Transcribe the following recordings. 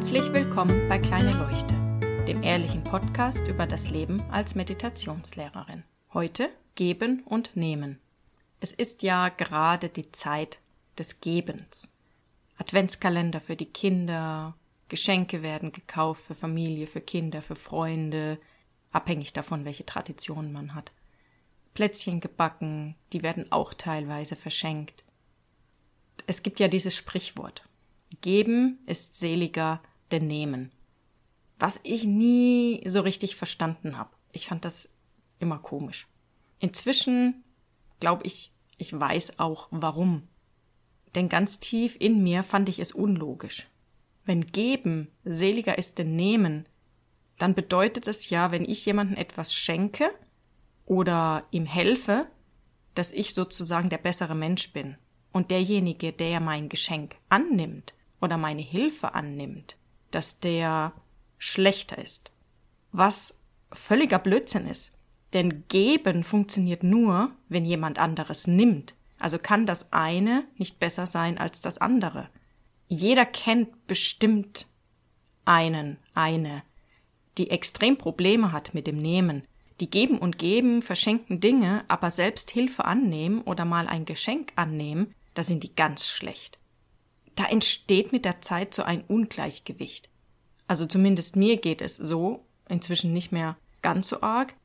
Herzlich willkommen bei Kleine Leuchte, dem ehrlichen Podcast über das Leben als Meditationslehrerin. Heute Geben und Nehmen. Es ist ja gerade die Zeit des Gebens. Adventskalender für die Kinder, Geschenke werden gekauft für Familie, für Kinder, für Freunde, abhängig davon, welche Traditionen man hat. Plätzchen gebacken, die werden auch teilweise verschenkt. Es gibt ja dieses Sprichwort: Geben ist seliger denn Nehmen. Was ich nie so richtig verstanden habe. Ich fand das immer komisch. Inzwischen glaube ich, ich weiß auch warum. Denn ganz tief in mir fand ich es unlogisch. Wenn Geben seliger ist denn Nehmen, dann bedeutet es ja, wenn ich jemandem etwas schenke oder ihm helfe, dass ich sozusagen der bessere Mensch bin. Und derjenige, der mein Geschenk annimmt oder meine Hilfe annimmt, dass der schlechter ist. Was völliger Blödsinn ist. Denn Geben funktioniert nur, wenn jemand anderes nimmt. Also kann das eine nicht besser sein als das andere. Jeder kennt bestimmt eine, die extrem Probleme hat mit dem Nehmen. Die geben und geben, verschenken Dinge, aber selbst Hilfe annehmen oder mal ein Geschenk annehmen, da sind die ganz schlecht. Da entsteht mit der Zeit so ein Ungleichgewicht. Also zumindest mir geht es so, inzwischen nicht mehr ganz so arg,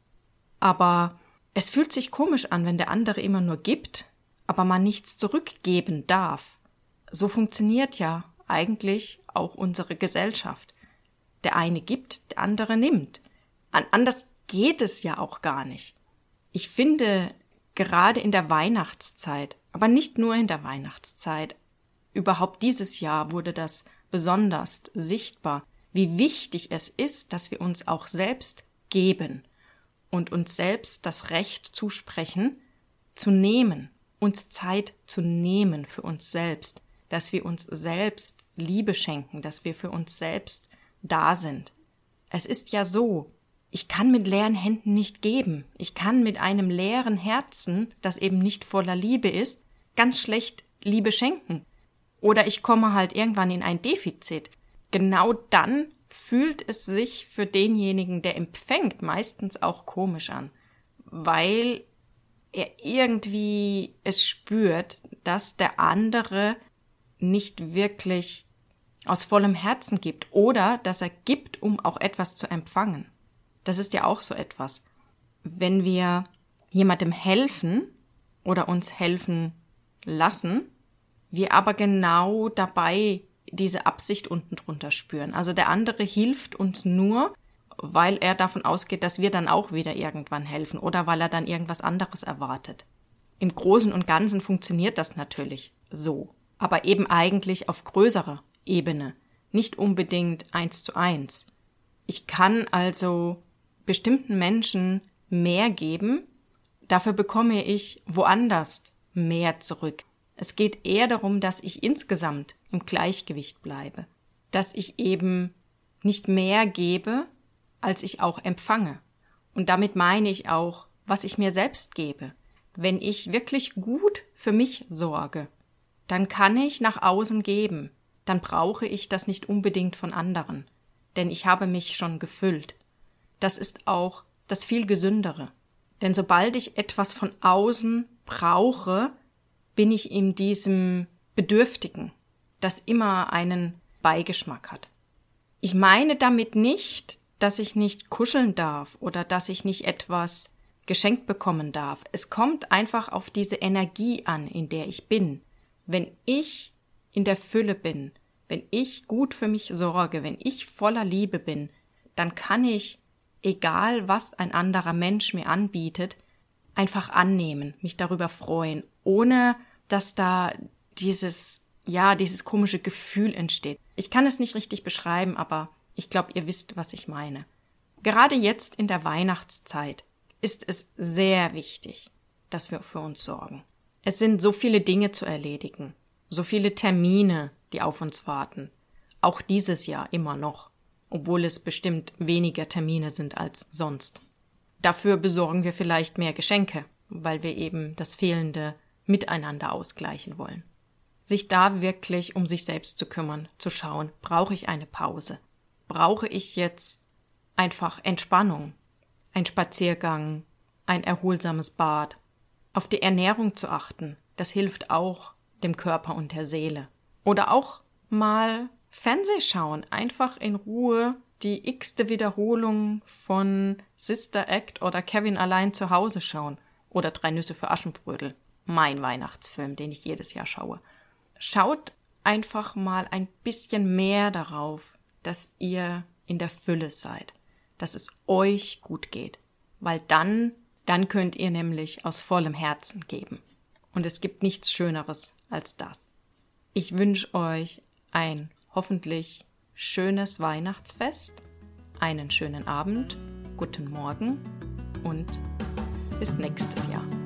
aber es fühlt sich komisch an, wenn der andere immer nur gibt, aber man nichts zurückgeben darf. So funktioniert ja eigentlich auch unsere Gesellschaft. Der eine gibt, der andere nimmt. Anders geht es ja auch gar nicht. Ich finde, gerade in der Weihnachtszeit, aber nicht nur in der Weihnachtszeit, überhaupt dieses Jahr wurde das besonders sichtbar, wie wichtig es ist, dass wir uns auch selbst geben und uns selbst das Recht zusprechen, zu nehmen, uns Zeit zu nehmen für uns selbst, dass wir uns selbst Liebe schenken, dass wir für uns selbst da sind. Es ist ja so, ich kann mit leeren Händen nicht geben. Ich kann mit einem leeren Herzen, das eben nicht voller Liebe ist, ganz schlecht Liebe schenken. Oder ich komme halt irgendwann in ein Defizit. Genau dann fühlt es sich für denjenigen, der empfängt, meistens auch komisch an, weil er irgendwie es spürt, dass der andere nicht wirklich aus vollem Herzen gibt oder dass er gibt, um auch etwas zu empfangen. Das ist ja auch so etwas. Wenn wir jemandem helfen oder uns helfen lassen, wir aber genau dabei diese Absicht unten drunter spüren. Also der andere hilft uns nur, weil er davon ausgeht, dass wir dann auch wieder irgendwann helfen oder weil er dann irgendwas anderes erwartet. Im Großen und Ganzen funktioniert das natürlich so, aber eben eigentlich auf größerer Ebene, nicht unbedingt 1:1. Ich kann also bestimmten Menschen mehr geben, dafür bekomme ich woanders mehr zurück. Es geht eher darum, dass ich insgesamt im Gleichgewicht bleibe, dass ich eben nicht mehr gebe, als ich auch empfange. Und damit meine ich auch, was ich mir selbst gebe. Wenn ich wirklich gut für mich sorge, dann kann ich nach außen geben, dann brauche ich das nicht unbedingt von anderen, denn ich habe mich schon gefüllt. Das ist auch das viel Gesündere. Denn sobald ich etwas von außen brauche, bin ich in diesem Bedürftigen, das immer einen Beigeschmack hat. Ich meine damit nicht, dass ich nicht kuscheln darf oder dass ich nicht etwas geschenkt bekommen darf. Es kommt einfach auf diese Energie an, in der ich bin. Wenn ich in der Fülle bin, wenn ich gut für mich sorge, wenn ich voller Liebe bin, dann kann ich, egal was ein anderer Mensch mir anbietet, einfach annehmen, mich darüber freuen, ohne dass da dieses komische Gefühl entsteht. Ich kann es nicht richtig beschreiben, aber ich glaube, ihr wisst, was ich meine. Gerade jetzt in der Weihnachtszeit ist es sehr wichtig, dass wir für uns sorgen. Es sind so viele Dinge zu erledigen, so viele Termine, die auf uns warten. Auch dieses Jahr immer noch, obwohl es bestimmt weniger Termine sind als sonst. Dafür besorgen wir vielleicht mehr Geschenke, weil wir eben das fehlende Miteinander ausgleichen wollen. sich da wirklich um sich selbst zu kümmern, zu schauen, brauche ich eine Pause? Brauche ich jetzt einfach Entspannung, ein Spaziergang, ein erholsames Bad? Auf die Ernährung zu achten, das hilft auch dem Körper und der Seele. Oder auch mal Fernseh schauen, einfach in Ruhe die x-te Wiederholung von Sister Act oder Kevin allein zu Hause schauen oder 3 Nüsse für Aschenbrödel, mein Weihnachtsfilm, den ich jedes Jahr schaue. Schaut einfach mal ein bisschen mehr darauf, dass ihr in der Fülle seid, dass es euch gut geht, weil dann könnt ihr nämlich aus vollem Herzen geben. Und es gibt nichts Schöneres als das. Ich wünsche euch ein hoffentlich schönes Weihnachtsfest, einen schönen Abend, guten Morgen und bis nächstes Jahr.